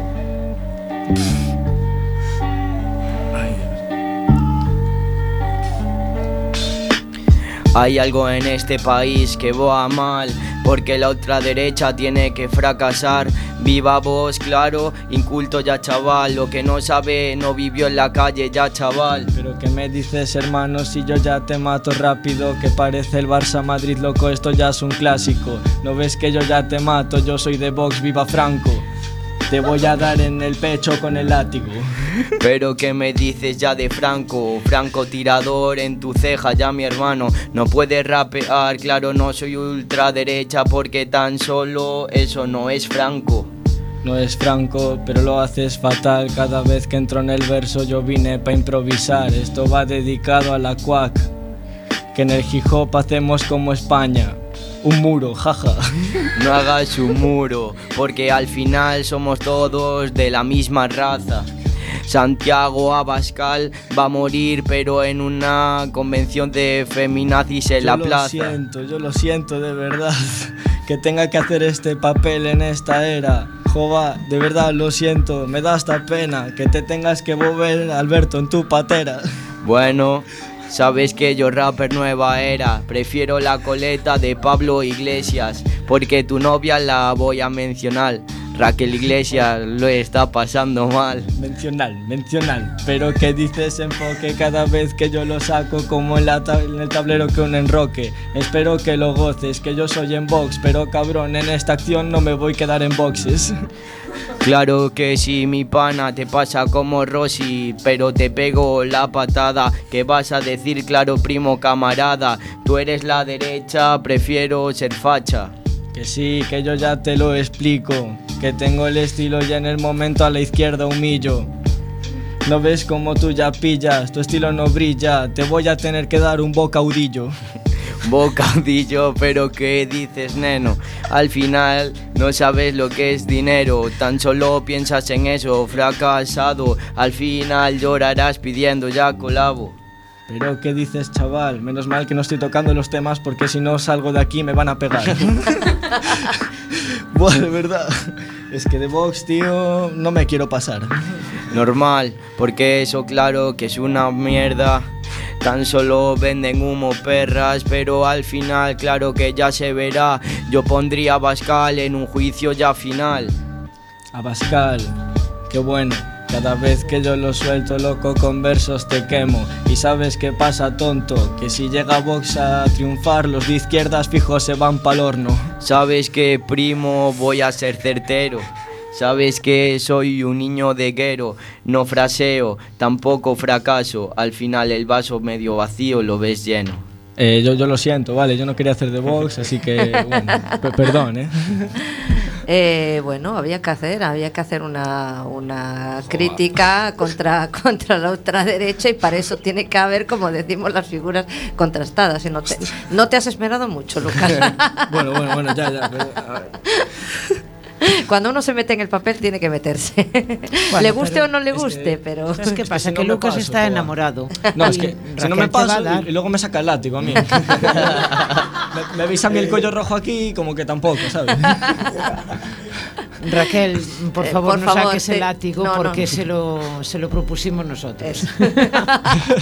Hay algo en este país que va mal, porque la ultraderecha tiene que fracasar. Viva vos, claro, inculto ya chaval. Lo que no sabe no vivió en la calle ya chaval. Pero ¿qué me dices, hermano, si yo ya te mato rápido? Que parece el Barça Madrid, loco, esto ya es un clásico. ¿No ves que yo ya te mato? Yo soy de Vox, viva Franco. Te voy a dar en el pecho con el látigo. Pero ¿qué me dices ya de Franco? Francotirador en tu ceja ya mi hermano. No puedes rapear, claro no soy ultraderecha, porque tan solo eso no es Franco. No es Franco, pero lo haces fatal. Cada vez que entro en el verso yo vine pa' improvisar. Esto va dedicado a la cuac. Que en el hip hop hacemos como España. Un muro, jaja. No hagas un muro, porque al final somos todos de la misma raza. Santiago Abascal va a morir, pero en una convención de feminazis en la plaza. Yo lo siento de verdad, que tenga que hacer este papel en esta era. Jova, de verdad lo siento, me da hasta pena que te tengas que volver, Alberto, en tu patera. Bueno, sabes que yo rapper nueva era, prefiero la coleta de Pablo Iglesias, porque tu novia la voy a mencionar. Raquel Iglesias lo está pasando mal. Mencional, pero ¿qué dices enfoque cada vez que yo lo saco como en el tablero que un enroque? Espero que lo goces, que yo soy en box, pero cabrón, en esta acción no me voy a quedar en boxes. Claro que sí, mi pana, te pasa como Rosy, pero te pego la patada. ¿Qué vas a decir, claro, primo camarada? Tú eres la derecha, prefiero ser facha. Que sí, que yo ya te lo explico, que tengo el estilo y en el momento a la izquierda humillo. ¿No ves como tú ya pillas? Tu estilo no brilla, te voy a tener que dar un bocaudillo. Bocadillo, pero ¿qué dices, neno? Al final no sabes lo que es dinero, tan solo piensas en eso, fracasado. Al final llorarás pidiendo ya colabo. Pero ¿qué dices, chaval? Menos mal que no estoy tocando los temas, porque si no salgo de aquí me van a pegar. Buah, de verdad. Es que de Vox, tío, no me quiero pasar. Normal, porque eso claro que es una mierda. Tan solo venden humo, perras, pero al final claro que ya se verá. Yo pondría a Abascal en un juicio ya final. Abascal, qué bueno. Cada vez que yo lo suelto, loco, con versos te quemo. Y sabes qué pasa, tonto, que si llega Vox a triunfar, los de izquierdas fijos se van pa'l horno. Sabes que, primo, voy a ser certero. Sabes que soy un niño de guero, no fraseo, tampoco fracaso. Al final el vaso medio vacío lo ves lleno. Yo lo siento, vale, yo no quería hacer de Vox, así que, bueno, perdón, Bueno, había que hacer una crítica contra la ultraderecha, y para eso tiene que haber, como decimos, las figuras contrastadas. Y no te has esmerado mucho, Lucas. Bueno, ya. Pero, a ver. Cuando uno se mete en el papel tiene que meterse. Bueno, le guste o no le guste, pero... ¿Sabes qué pasa? si no que me Lucas paso, está joder. enamorado. No, es que si no me Raquel te va a paso dar. y luego me saca el látigo a mí. me veis a mí el cuello rojo aquí como que tampoco, ¿sabes? Raquel, por favor, por no favor, saques el látigo, no, porque no. se lo propusimos nosotros.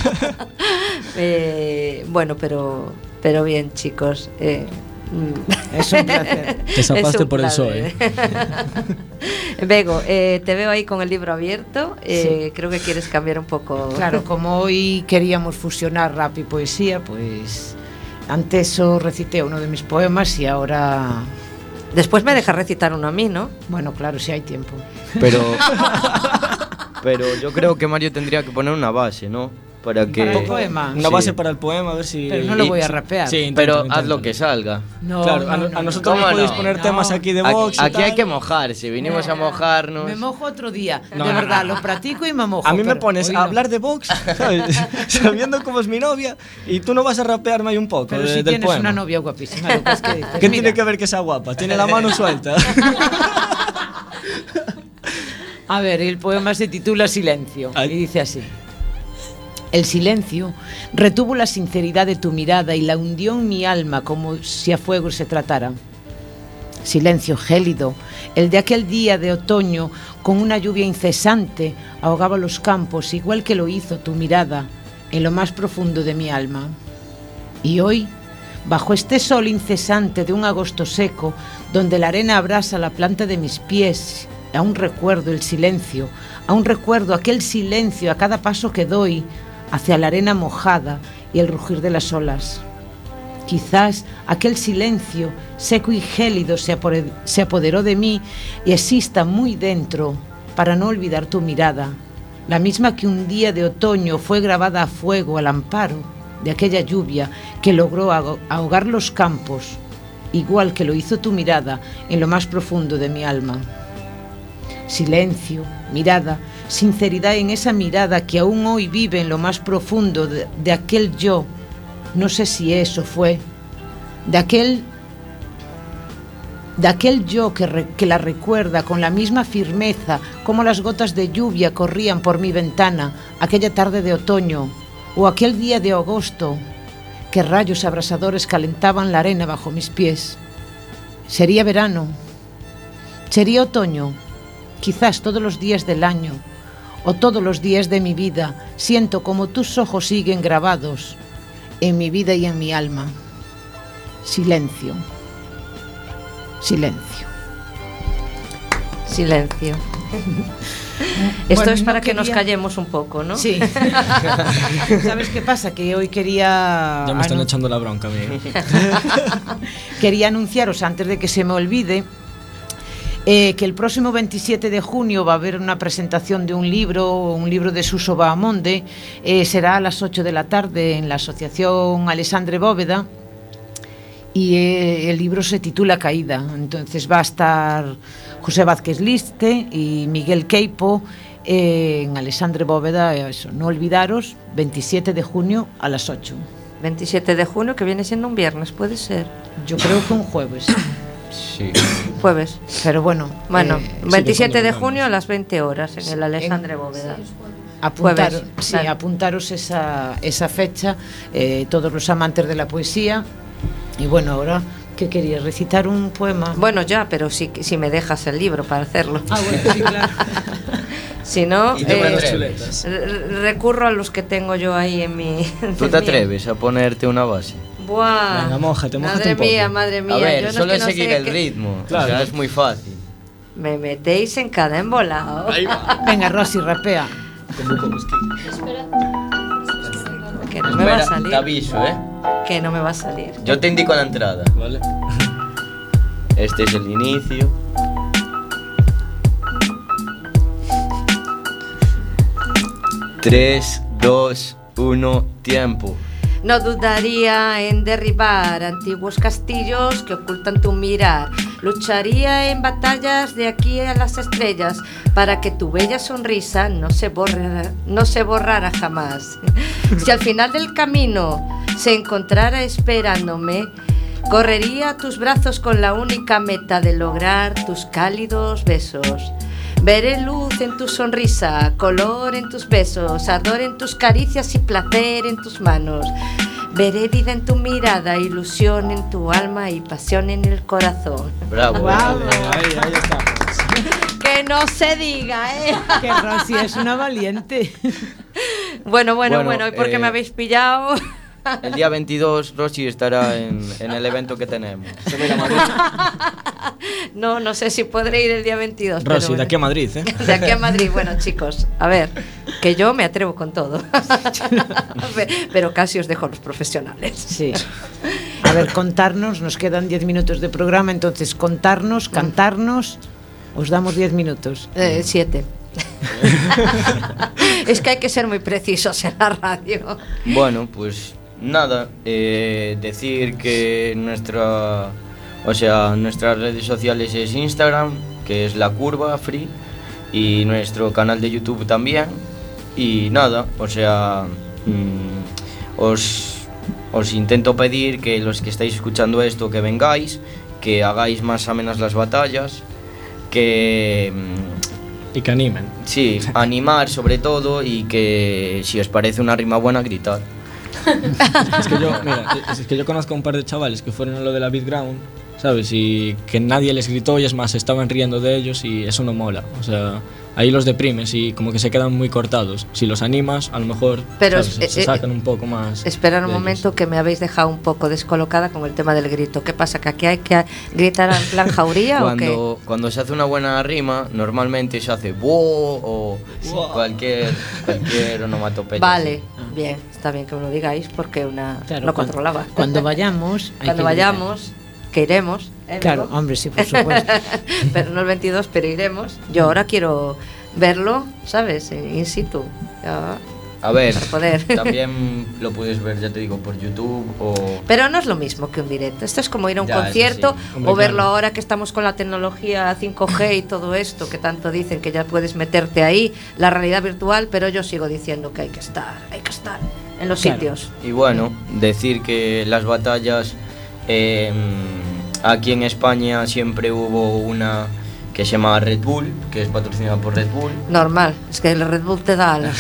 Bueno, pero bien, chicos. Es un placer. Te zafaste por el PSOE. Bego, te veo ahí con el libro abierto. Sí. Creo que quieres cambiar un poco. Claro, como hoy queríamos fusionar rap y poesía, pues antes os recité uno de mis poemas y ahora... Después me dejas recitar uno a mí, ¿no? Bueno, claro, si hay tiempo. Pero yo creo que Mario tendría que poner una base, ¿no? Para que... Para el poema. Una base para el poema, a ver si... Pero no lo voy a rapear. Sí, Pero haz lo que salga. No, Claro, no, a nosotros ¿Cómo nos podéis no? poner temas aquí de Vox. Aquí hay que mojarse, vinimos a mojarnos. Me mojo otro día. No, de no, verdad, no. lo practico y me mojo. A mí me pero pones hoy a no. hablar de Vox, ¿sabes? Sabiendo cómo es mi novia, y tú no vas a rapearme ahí un poco Pero si del tienes poema. una novia guapísima, Lucas, ¿qué dices? ¿Qué Mira, tiene que ver que sea guapa? Tiene la mano suelta. A ver, el poema se titula Silencio Ay. y dice así. El silencio retuvo la sinceridad de tu mirada y la hundió en mi alma como si a fuego se tratara. Silencio gélido, el de aquel día de otoño con una lluvia incesante ahogaba los campos igual que lo hizo tu mirada en lo más profundo de mi alma. Y hoy, bajo este sol incesante de un agosto seco, donde la arena abrasa la planta de mis pies, aún recuerdo el silencio, aún recuerdo aquel silencio a cada paso que doy hacia la arena mojada y el rugir de las olas. Quizás aquel silencio seco y gélido se apoderó de mí y exista muy dentro para no olvidar tu mirada, la misma que un día de otoño fue grabada a fuego al amparo de aquella lluvia que logró ahogar los campos, igual que lo hizo tu mirada en lo más profundo de mi alma. Silencio, mirada, sinceridad en esa mirada que aún hoy vive en lo más profundo de aquel yo, no sé si eso fue, de aquel yo que la recuerda con la misma firmeza como las gotas de lluvia corrían por mi ventana aquella tarde de otoño o aquel día de agosto que rayos abrasadores calentaban la arena bajo mis pies. Sería verano, sería otoño, quizás todos los días del año o todos los días de mi vida siento como tus ojos siguen grabados en mi vida y en mi alma. Silencio. Silencio. Silencio. Esto Bueno, es para no que nos quería- callemos un poco, ¿no? Sí. ¿Sabes qué pasa? Que hoy quería... Ya me están echando la bronca, amigo. Quería anunciaros, antes de que se me olvide, que el próximo 27 de junio va a haber una presentación de un libro de Suso Bahamonde. Será a las 8 de la tarde en la Asociación Alexandre Bóveda y el libro se titula Caída. Entonces va a estar José Vázquez Liste y Miguel Queipo en Alexandre Bóveda. Eso, no olvidaros, 27 de junio a las 8. 27 de junio, que viene siendo un viernes, puede ser. Yo creo que un jueves. Sí. Jueves. Pero bueno, Bueno, sí, 27 que de cuando junio a las 20 horas en el Alexandre Bóveda. apuntaros, Jueves, sí, claro. apuntaros esa fecha, todos los amantes de la poesía. Y bueno, ahora, ¿qué querías? ¿Recitar un poema? Bueno, ya, pero si me dejas el libro para hacerlo. Ah, bueno, sí, claro. Si no, Y tú me Las atreves. chuletas. recurro a los que tengo yo ahí en mi... ¿Tú te atreves a ponerte una base? Buah. Venga, mójate un Madre poco. mía, madre mía. A ver, yo no solo es que no seguir sé el qué- ritmo. Claro. O sea, es muy fácil. Me metéis en cada embolado. Venga, Rosy, rapea. Que no me va a Espera, salir. te aviso, ¿eh? Que no me va a salir. Yo te indico la entrada. Vale. Este es el inicio. Tres, dos, uno, tiempo. No dudaría en derribar antiguos castillos que ocultan tu mirar. Lucharía en batallas de aquí a las estrellas para que tu bella sonrisa no se borrara jamás. Si al final del camino se encontrara esperándome, correría a tus brazos con la única meta de lograr tus cálidos besos. Veré luz en tu sonrisa, color en tus besos, ardor en tus caricias y placer en tus manos. Veré vida en tu mirada, ilusión en tu alma y pasión en el corazón. Bravo. Guau. Ahí estamos. Que no se diga, ¿eh? Que Rosy es una valiente. Bueno, Bueno, ¿y por qué me habéis pillado? el día 22 Rosy estará en el evento que tenemos. Se me llama Madrid. No sé si podré ir el día 22. Rosy, pero bueno. de aquí a Madrid, ¿eh? De aquí a Madrid. Bueno, chicos, a ver, que yo me atrevo con todo. Pero casi os dejo a los profesionales. Sí. A ver, contarnos, nos quedan 10 minutos de programa, entonces contarnos, cantarnos, os damos 10 minutos. 7. Es que hay que ser muy precisos en la radio. Bueno, pues nada, decir que nuestras redes sociales es Instagram, que es La Curva Free, y nuestro canal de YouTube también. Y nada, o sea, os intento pedir que los que estáis escuchando esto, que vengáis, que hagáis más amenas las batallas, que... Y que animen. Sí, animar sobre todo, y que si os parece una rima buena, gritar. Es que yo conozco a un par de chavales que fueron a lo de la Beatground, ¿sabes? Y que nadie les gritó, y es más, estaban riendo de ellos, y eso no mola. O sea, ahí los deprimes y como que se quedan muy cortados. Si los animas, a lo mejor, pero ¿sabes? Se sacan un poco más. Espera un momento, que me habéis dejado un poco descolocada con el tema del grito. ¿Qué pasa? ¿Que aquí hay que gritar en plan jauría o qué? Cuando se hace una buena rima, normalmente se hace "bo" o cualquier onomatopeya. Vale, bien, está bien que me lo digáis, porque Claro, no controlaba. Cuando vayamos... que iremos. Claro, amigo? hombre, sí, por supuesto. Pero no el 22, pero iremos. Yo ahora quiero verlo, ¿sabes? In situ. Ya, A ver, para poder. también lo puedes ver, ya te digo, por YouTube o... Pero no es lo mismo que un directo. Esto es como ir a un Ya, eso concierto sí. Hombre, o verlo claro. ahora que estamos con la tecnología 5G y todo esto, que tanto dicen que ya puedes meterte ahí, la realidad virtual, pero yo sigo diciendo que hay que estar en los Claro. sitios. Y bueno, decir que las batallas, aquí en España siempre hubo una que se llama Red Bull, que es patrocinada por Red Bull. Normal, es que el Red Bull te da alas.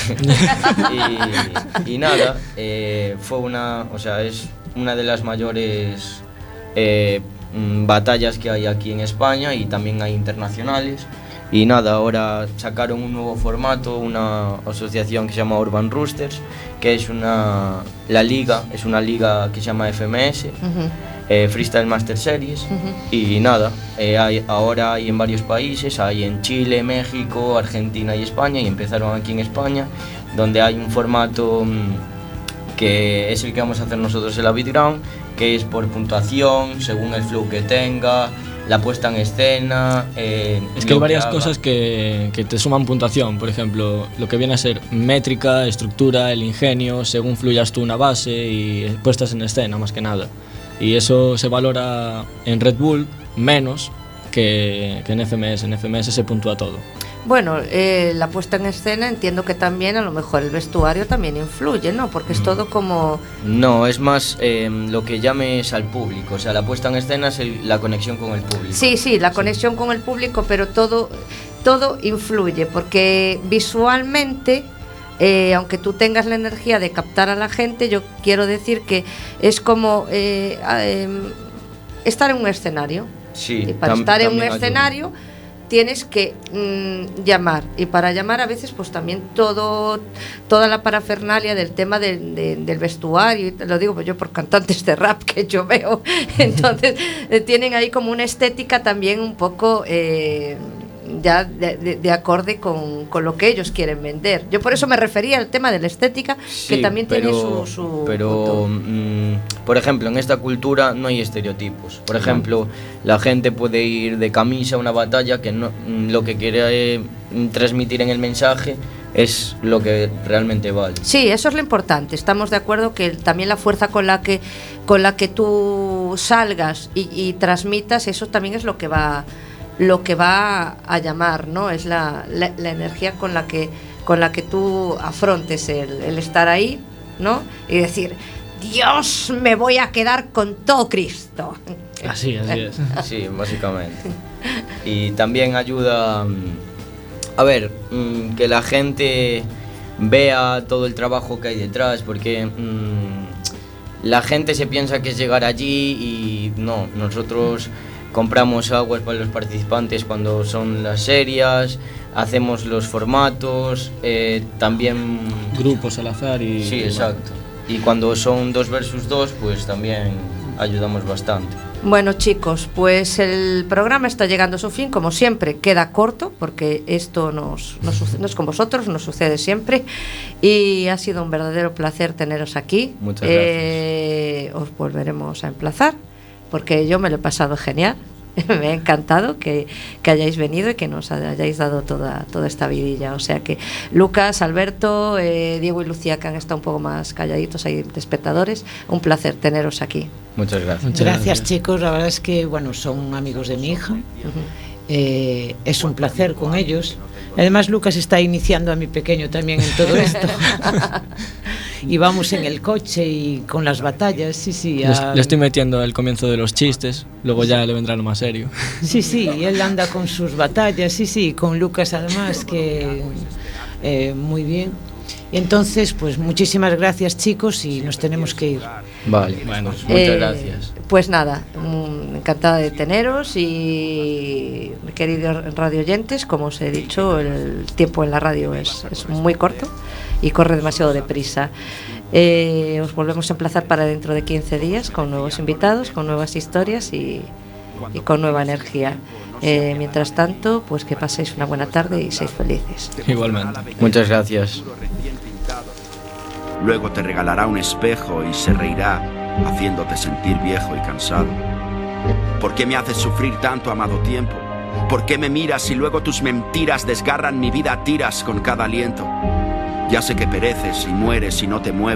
y nada, fue es una de las mayores batallas que hay aquí en España, y también hay internacionales. Y nada, ahora sacaron un nuevo formato, una asociación que se llama Urban Roosters, que es una liga que se llama FMS, Freestyle Master Series. Y nada, ahora hay en varios países, hay en Chile, México, Argentina y España, y empezaron aquí en España, donde hay un formato que es el que vamos a hacer nosotros en la Beatground, que es por puntuación, según el flow que tenga, la puesta en escena. Es que hay varias cosas que te suman puntuación. Por ejemplo, lo que viene a ser métrica, estructura, el ingenio, según fluyas tú una base y puestas en escena, más que nada. Y eso se valora en Red Bull menos que en FMS. En FMS se puntúa todo. Bueno, la puesta en escena, entiendo que también a lo mejor el vestuario también influye, ¿no? Porque es todo como... No, es más lo que llames al público. O sea, la puesta en escena es la conexión con el público. Sí, la conexión con el público, pero todo influye, porque visualmente, aunque tú tengas la energía de captar a la gente, yo quiero decir que es como estar en un escenario. Sí, y para estar en un también ayuda. escenario tienes que llamar, y para llamar a veces pues también toda la parafernalia del tema del vestuario, y te lo digo pues yo por cantantes de rap que yo veo, entonces tienen ahí como una estética también un poco ya de acorde con lo que ellos quieren vender. Yo por eso me refería al tema de la estética, Sí, que también tiene su pero por ejemplo, en esta cultura no hay estereotipos. Por ejemplo, la gente puede ir de camisa a una batalla que no, lo que quiere transmitir en el mensaje es lo que realmente vale. Sí, eso es lo importante. Estamos de acuerdo que también la fuerza con la que tú salgas y transmitas, eso también es lo que va a llamar, ¿no? Es la energía con la que tú afrontes el estar ahí, ¿no? Y decir, Dios, me voy a quedar con todo Cristo. Así es. Sí, básicamente. Y también ayuda a ver, que la gente vea todo el trabajo que hay detrás, porque la gente se piensa que es llegar allí y no, nosotros compramos aguas para los participantes cuando son las serias, hacemos los formatos, también... Grupos al azar y... Sí, exacto. Y cuando son 2 versus 2, pues también ayudamos bastante. Bueno, chicos, pues el programa está llegando a su fin, como siempre, queda corto, porque esto no es con vosotros, nos sucede siempre, y ha sido un verdadero placer teneros aquí. Muchas gracias. Os volveremos a emplazar, porque yo me lo he pasado genial. Me ha encantado que hayáis venido y que nos hayáis dado toda esta vidilla. O sea que Lucas, Alberto, Diego y Lucía, que han estado un poco más calladitos ahí de espectadores, un placer teneros aquí. Muchas gracias. Gracias, chicos. La verdad es que, bueno, son amigos de mi hija. Es un placer con ellos. Además, Lucas está iniciando a mi pequeño también en todo esto. Y vamos en el coche y con las batallas, sí. Le estoy metiendo el comienzo de los chistes, luego ya le vendrá lo más serio. Sí, él anda con sus batallas, sí, con Lucas además, que muy bien. Y entonces, pues muchísimas gracias, chicos, y nos tenemos que ir. Vale, bueno, muchas gracias. Pues nada, encantada de teneros y queridos radio oyentes, como os he dicho, el tiempo en la radio es muy corto y corre demasiado deprisa. Os volvemos a emplazar para dentro de 15 días con nuevos invitados, con nuevas historias y con nueva energía. Mientras tanto, pues que paséis una buena tarde y seáis felices. Igualmente. Muchas gracias. Luego te regalará un espejo y se reirá, haciéndote sentir viejo y cansado. ¿Por qué me haces sufrir tanto, amado tiempo? ¿Por qué me miras y luego tus mentiras desgarran mi vida a tiras con cada aliento? Ya sé que pereces y mueres y no te mueves.